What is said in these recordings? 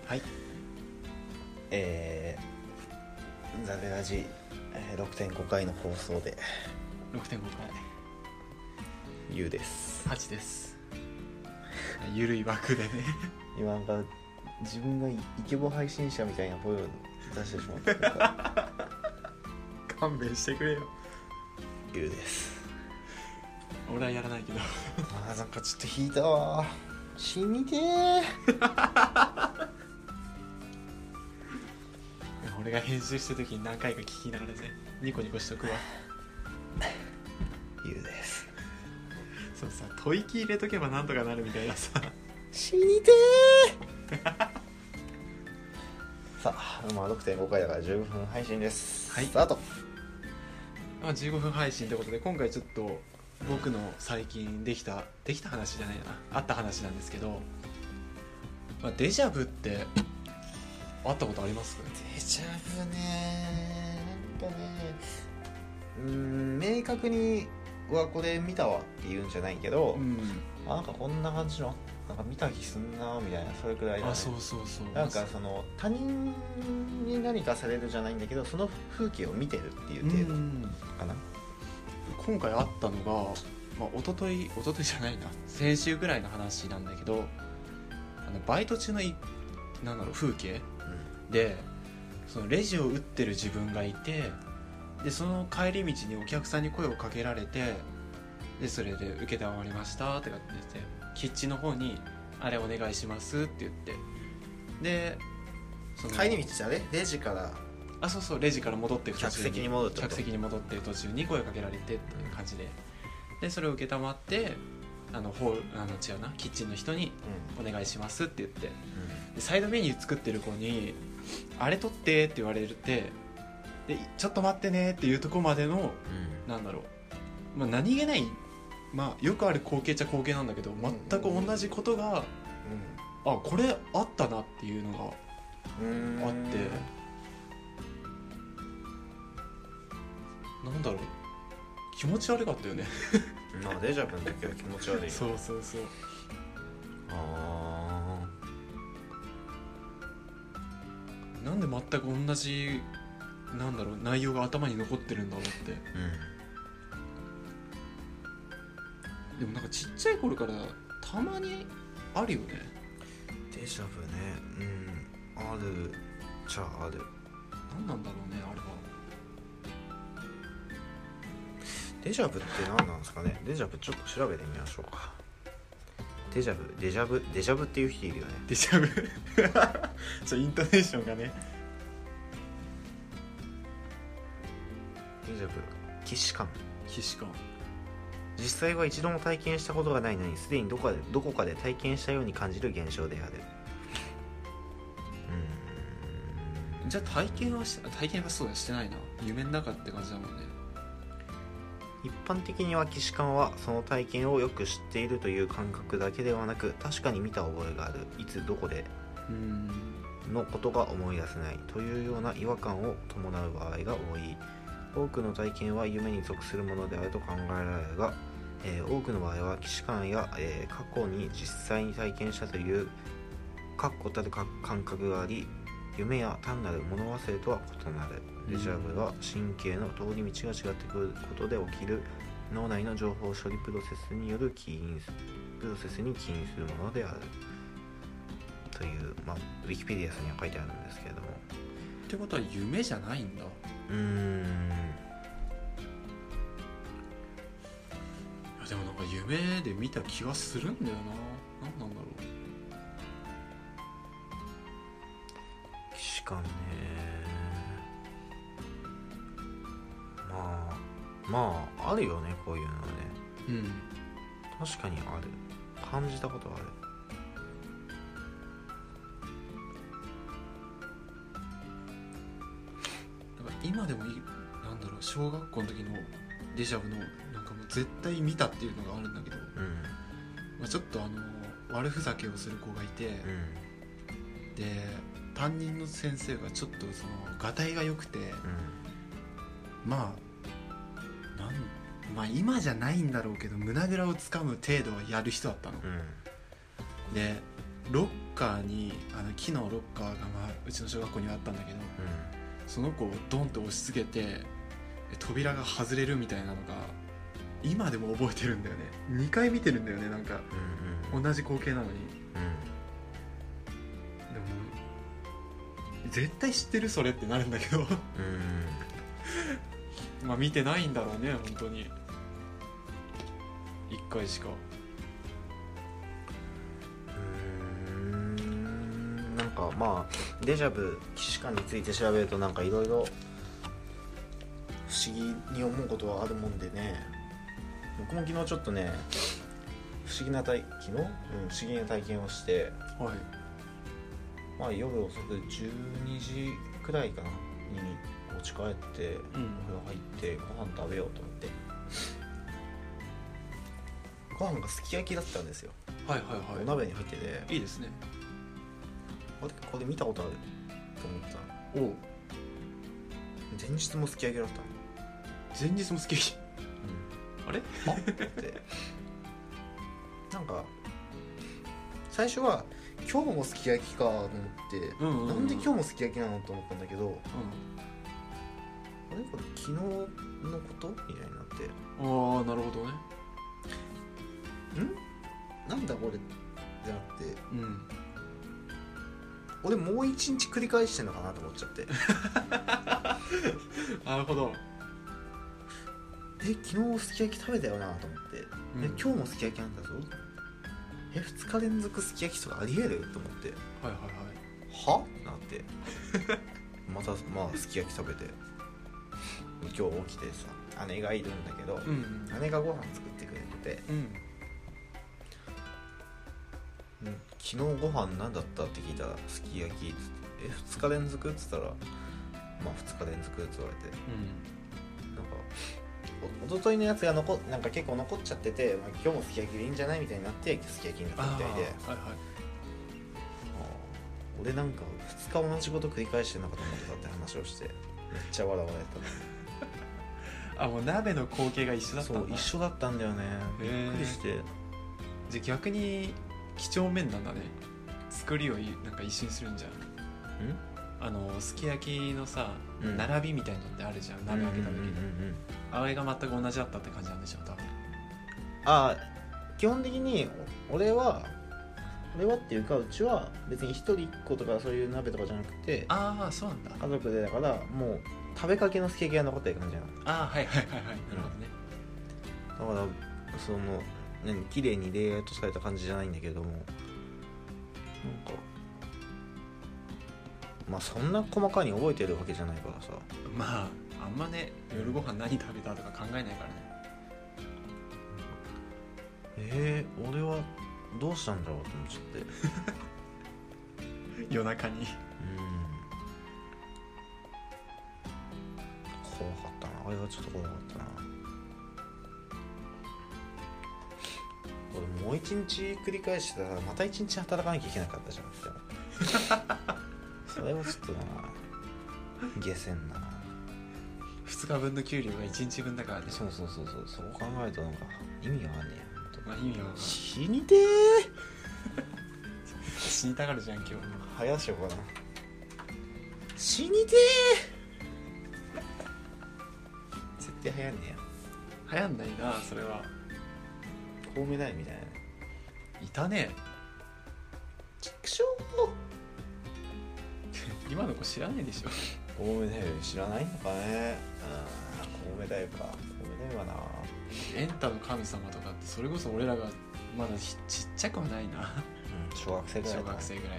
はい、ザベラジ、6.5 回の放送で 6.5 回ゆうです。 8です。ゆるい枠でね今なんか自分がイケボ配信者みたいな声を出してしまった勘弁してくれよ。 ゆうです。 俺はやらないけどなんかちょっと引いたわ。死にてー俺が編集した時に何回か聞きながらねニコニコしとくわ。 ゆうです。 そうさ、吐息入れとけばなんとかなるみたいなさ死にてーさあ、6.5 回だから15分配信です。 はい、 スタート。 15分配信ということで、今回ちょっと僕の最近できた話じゃないな、あった話なんですけど、デジャブってあったことありますか？ デジャブね、なんかね、明確にはこれ見たわって言うんじゃないけど、なんかこんな感じのなんか見た気すんなみたいな、それくらいだね。 そうなんかその他人に何かされるじゃないんだけど、その風景を見てるっていう程度かな。 今回あったのが、一昨日じゃないな、先週ぐらいの話なんだけど、バイト中の風景、でそのレジを打ってる自分がいて、でその帰り道にお客さんに声をかけられて、でそれで受けたまわりましたって言ってキッチンの方にあれお願いしますって言って、でその帰り道じゃね、レジからそうレジから戻って客席に戻ってる途中に声をかけられてっていう感じで、でそれを受けたまって違うな、キッチンの人にお願いしますって言って、でサイドメニュー作ってる子にあれ取ってって言われて、でちょっと待ってねっていうとこまでの、何気ない、よくある光景っちゃ光景なんだけど、全く同じことが、これあったなっていうのがあって、気持ち悪かったよねデジャブの時は気持ち悪い。 そうなんで全く同じ内容が頭に残ってるんだろうって、でもなんかちっちゃい頃からたまにあるよね、 デジャブね。あるじゃある。 何なんだろうね、あれは。 デジャブって何なんですかね。デジャブちょっと調べてみましょうか。デジャブっていう人いるよね。 デジャブイントネーションがね。 デジャブ、既視感。実際は一度も体験したことがないのに、すでにどこかで体験したように感じる現象である。 じゃあ体験はそうだ、してないな。夢の中って感じだもんね。 一般的には既視感はその体験をよく知っているという感覚だけではなく、確かに見た覚えがある、いつどこでのことが思い出せないというような違和感を伴う場合が多い。多くの体験は夢に属するものであると考えられるが、多くの場合は既視感や、過去に実際に体験したという確固たる感覚があり、夢や単なる物忘れとは異なる。デジャブは神経の通り道が違ってくることで起きる脳内の情報処理プロセスによる起因するものであるという、ウィキペディアさんには書いてあるんですけれども。 ってことは夢じゃないんだ。でもなんか夢で見た気がするんだよな。何なんだろう。 既視感ね。あるよね、こういうのはね。確かにある。感じたことある。 だから今でも小学校の時のデジャブのもう絶対見たっていうのがあるんだけど、ちょっと悪ふざけをする子がいて、で担任の先生がちょっとそのがたいが良くて、今じゃないんだろうけど胸ぐらをつかむ程度はやる人だったの、で6 カーに木のロッカーが、うちの小学校にはあったんだけど、その子をドンと押し付けて扉が外れるみたいなのが今でも覚えてるんだよね。2回見てるんだよね、なんか、同じ光景なのに、でも絶対知ってるそれってなるんだけどまあ見てないんだろうね、本当に1回しか。 なんかまあデジャブ既視感について調べるとなんかいろいろ不思議に思うことはあるもんでね。僕も昨日ちょっとね不思議な体験をして、 はい、 まあ夜遅く12時くらいかなにお家帰って、お風呂入ってご飯食べようと思って、ご飯がすき焼きだったんですよ。 はいはいはい。 お鍋に入ってて、 いいですね。 これ見たことあると思ったの。前日もすき焼きだったの。 前日もすき焼き、あれってなんか最初は今日もすき焼きかと思って、なんで今日もすき焼きなのと思ったんだけど、あれこれ昨日のことみたいになって、 ああなるほどね。 なんだこれってなって、俺もう一日繰り返してんのかなと思っちゃってなるほど。 昨日すき焼き食べたよなと思って、今日もすき焼きなんだぞ、2日連続すき焼きとかありえると思って、はってなってまたすき焼き食べて、今日起きてさ、姉がいるんだけど、姉がご飯作ってくれてて、昨日ご飯何だったって聞いたらすき焼きっつって、2日連続っつったら2日連続っつ言われて、なんか一昨日のやつがなんか結構残っちゃってて、今日もすき焼きでいいんじゃないみたいになってすき焼きになったみたいで、俺なんか2日同じこと繰り返してんのかと思ってたって話をして、めっちゃ笑われたもう鍋の光景が一緒だったんだ。 そう、一緒だったんだよね。びっくりして。 じゃあ逆に几帳面なんだね。作りをなんか一緒にするんじゃん。すき焼きのさ、並びみたいのってあるじゃん、鍋開けた時に、あれが全く同じだったって感じなんでしょ、多分。 基本的に俺はっていうか、うちは別に一人一個とかそういう鍋とかじゃなくて、 そうなんだ、 家族でだからもう食べかけのすき焼きが残ってる感じなの。 はいはいはいはい、なるほどね。 だからその綺麗にレイアウトされた感じじゃないんだけども、なんかそんな細かに覚えてるわけじゃないからさ、 あんまね、夜ご飯何食べたとか考えないからね。俺はどうしたんだろうと思っちゃって夜中に怖かったな、あれはちょっと怖かったな。俺もう一日繰り返してたらまた一日働かなきゃいけなかったじゃんってそれはちょっとな、下船な。 2日分の給料が1日分だからね。 そう考えるとなんか意味があんねや。意味が死にてー死にたがるじゃん今日。 早しようかな。死にてー絶対流行んねや。流行んないな、それは。 コウメ太夫みたいな。 いたね。 ちくしょう今の子知らないでしょ。 コウメ太夫知らないのかね。コウメ太夫か。コウメ太夫はな、 エンタの神様とかってそれこそ俺らがまだちっちゃくはないな。 小学生ぐらいな。 エンタの神様。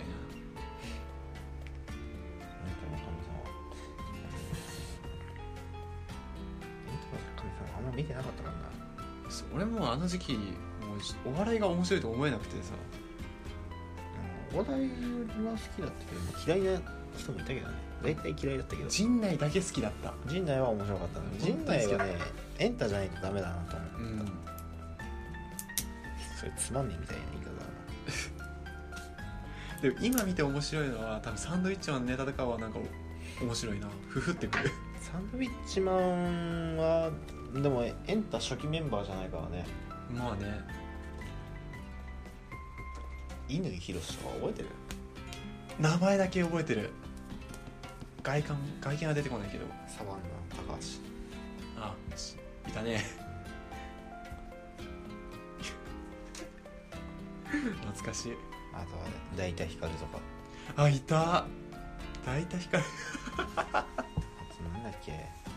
あんま見てなかったもんな。 俺もあの時期もうお笑いが面白いと思えなくてさ。 お笑いは好きだったけど嫌いな人もいたけどね。大体嫌いだったけど、 陣内だけ好きだった。 陣内は面白かったね。陣内はね、エンタじゃないとダメだなと思った、それつまんねえみたいな言い方だなでも今見て面白いのは多分サンドウィッチマンのネタとかはなんか面白いな、ふふってくる。 サンドウィッチマンはでもエンタ初期メンバーじゃないからね。 まあね。 乾博士とか覚えてる？ 名前だけ覚えてる。外見は出てこないけど。 サバンナ高橋。 あ、いたね。懐かしい。 あとは大体光とか。 あ、いた。大体光。 あとなんだっけ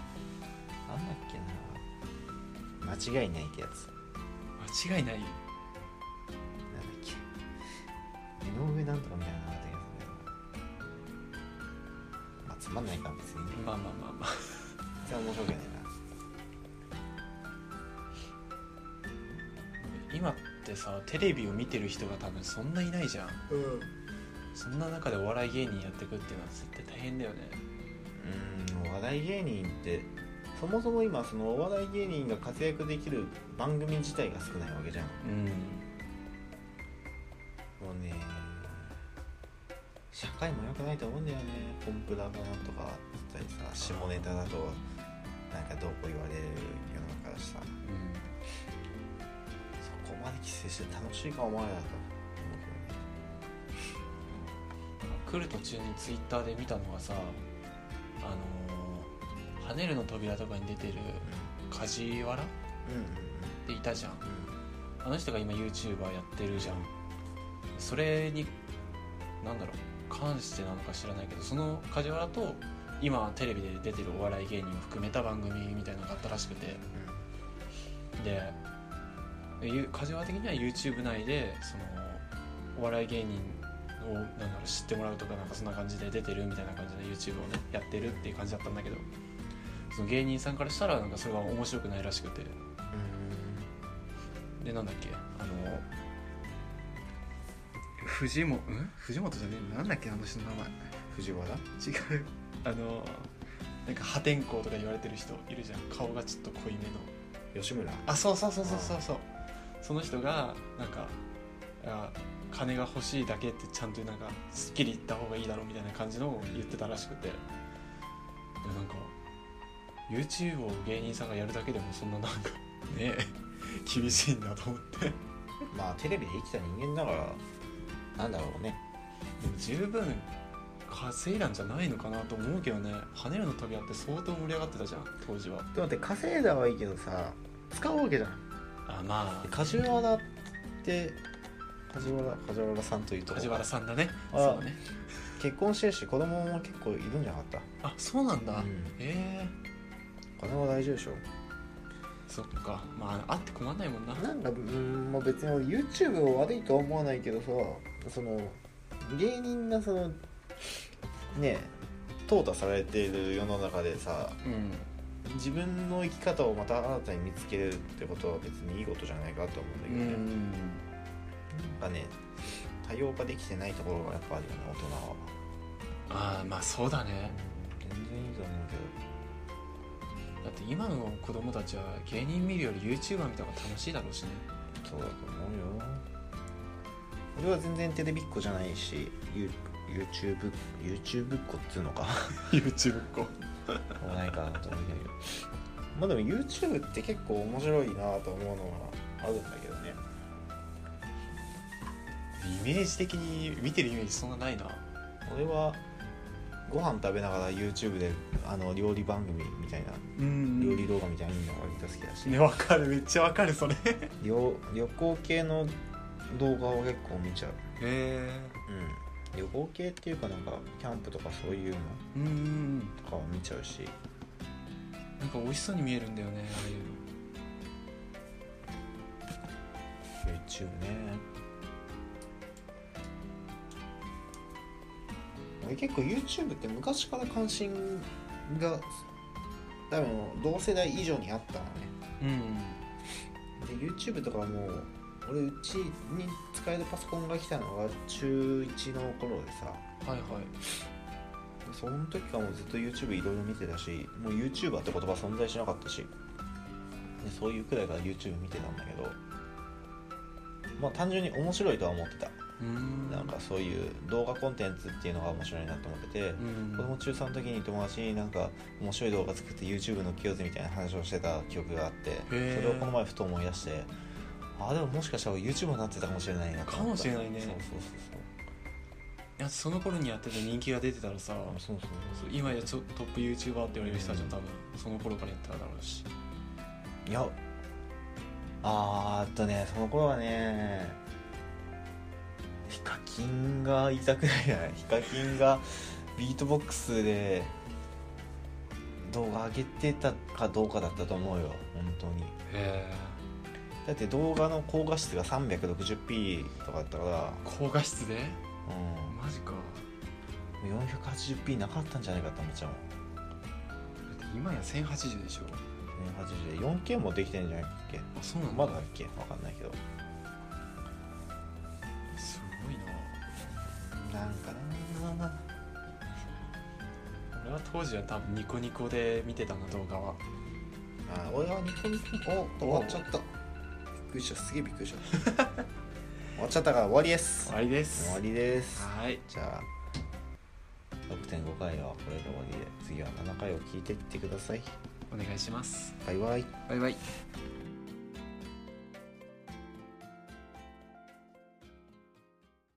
な、間違いないってやつ。 間違いない。 なんだっけ、井上なんとかみたいなのがあったけど、まあつまんないか別にね。 まあじゃあ面白くないな。 今ってさ、テレビを見てる人が多分そんないないじゃん。そんな中でお笑い芸人やっていくっていうのは絶対大変だよね。 お笑い芸人ってそもそも今そのお笑い芸人が活躍できる番組自体が少ないわけじゃん。もうね、社会も良くないと思うんだよね。コンプラがなんとかだったりさ、下ネタだとなんかどうこう言われる世の中だしさ、そこまで規制して楽しいか思わないなと来る途中にツイッターで見たのがさ、跳ねるの扉とかに出てる梶原っていたじゃん。あの人が今 YouTuber やってるじゃん。それになんだろう、関してなのか知らないけど、その梶原と今テレビで出てるお笑い芸人を含めた番組みたいなのがあったらしくて、で梶原的には YouTube 内でそのお笑い芸人をなんだろう知ってもらうとか、なんかそんな感じで出てるみたいな感じで YouTube をねやってるっていう感じだったんだけど、その芸人さんからしたらなんかそれは面白くないらしくて、でなんだっけ、藤本じゃねえ、なんだっけあの人の名前、 藤原？ 違う、なんか破天荒とか言われてる人いるじゃん、顔がちょっと濃いめの吉村。 あ、そうその人がなんか金が欲しいだけってちゃんとなんかすっきり言った方がいいだろうみたいな感じのを言ってたらしくて、でなんか YouTube を芸人さんがやるだけでもそんななんかね厳しいんだと思ってまあテレビで生きた人間だからなんだろうね。 でも十分稼いだんじゃないのかなと思うけどね。跳ねるの扉って相当盛り上がってたじゃん当時は。 でも待って、稼いだはいいけどさ、使うわけじゃん。 あ、まあ梶原って梶原さんというと梶原さんだね。 そうだね。結婚してるし子供も結構いるんじゃなかった？ あ、そうなんだ。 金は大事でしょ。 そっか、まああって困んないもんな。 なんかもう別に俺 YouTube を悪いとは思わないけどさ、その芸人がそのね淘汰されている世の中でさ、自分の生き方をまた新たに見つけるってことは別にいいことじゃないかと思うんだけどね。なんかね、多様化できてないところがやっぱあるよね、大人は。 ああ、まあそうだね。 全然いいと思うけど。だって今の子供たちは芸人見るより YouTuber 見た方が楽しいだろうしね。 そうだと思うよ。俺は全然テレビっ子じゃないし、YouTube っ子っつうのか YouTube っ子もないかなと思うけど、まあでも YouTube って結構面白いなと思うのはあるんだけどね。 イメージ的に見てるイメージそんなないな。 俺はご飯食べながら YouTube で料理番組みたいな料理動画みたいなのが割と好きだしね。わかる、めっちゃわかるそれ旅行系の動画を結構見ちゃう。旅行系っていうかなんかキャンプとかそういうのとかを見ちゃうし、 なんか美味しそうに見えるんだよね、ああいうの。 YouTube ね。俺結構 YouTube って昔から関心が多分同世代以上にあったのね。で YouTube とかもう俺うちに使えるパソコンが来たのが中1の頃でさ、その時からもうずっと YouTube いろいろ見てたし、もう YouTuber って言葉存在しなかったし、でそういうくらいから YouTube 見てたんだけど、まあ単純に面白いとは思ってた。なんかそういう動画コンテンツっていうのが面白いなと思ってて、子供中3の時に友達になんか面白い動画作って YouTube のっけようぜみたいな話をしてた記憶があって、それをこの前ふと思い出して、でももしかしたら YouTuber になってたかもしれないなと思った。 かもしれないね。 やその頃にやってて人気が出てたらさ、 そう今やトップ YouTuber って言われる人たちも多分その頃からやってただろうし。 いやその頃はねヒカキンがいたくらいじゃない。ヒカキンがビートボックスで動画上げてたかどうかだったと思うよ本当に。だって動画の高画質が 360p とかだったから。 高画質で？マジか。 480p なかったんじゃないかと思っちゃうもん。 だって今や1080でしょ。 1080で 4K もできてんじゃないっけ。 そうなんだ。 まだだっけわかんないけど。 すごいな。 なんかな俺は当時は多分ニコニコで見てたな動画は。 俺はニコニコ終わっちゃった。びっくりした、すげえびっくりした終わっちゃったから終わりです。 終わりです。 終わりです。 はい。 じゃあ 6.5 回はこれで終わりで、次は7回を聞いていってください。 お願いします。 バイバイ。 バイバイ。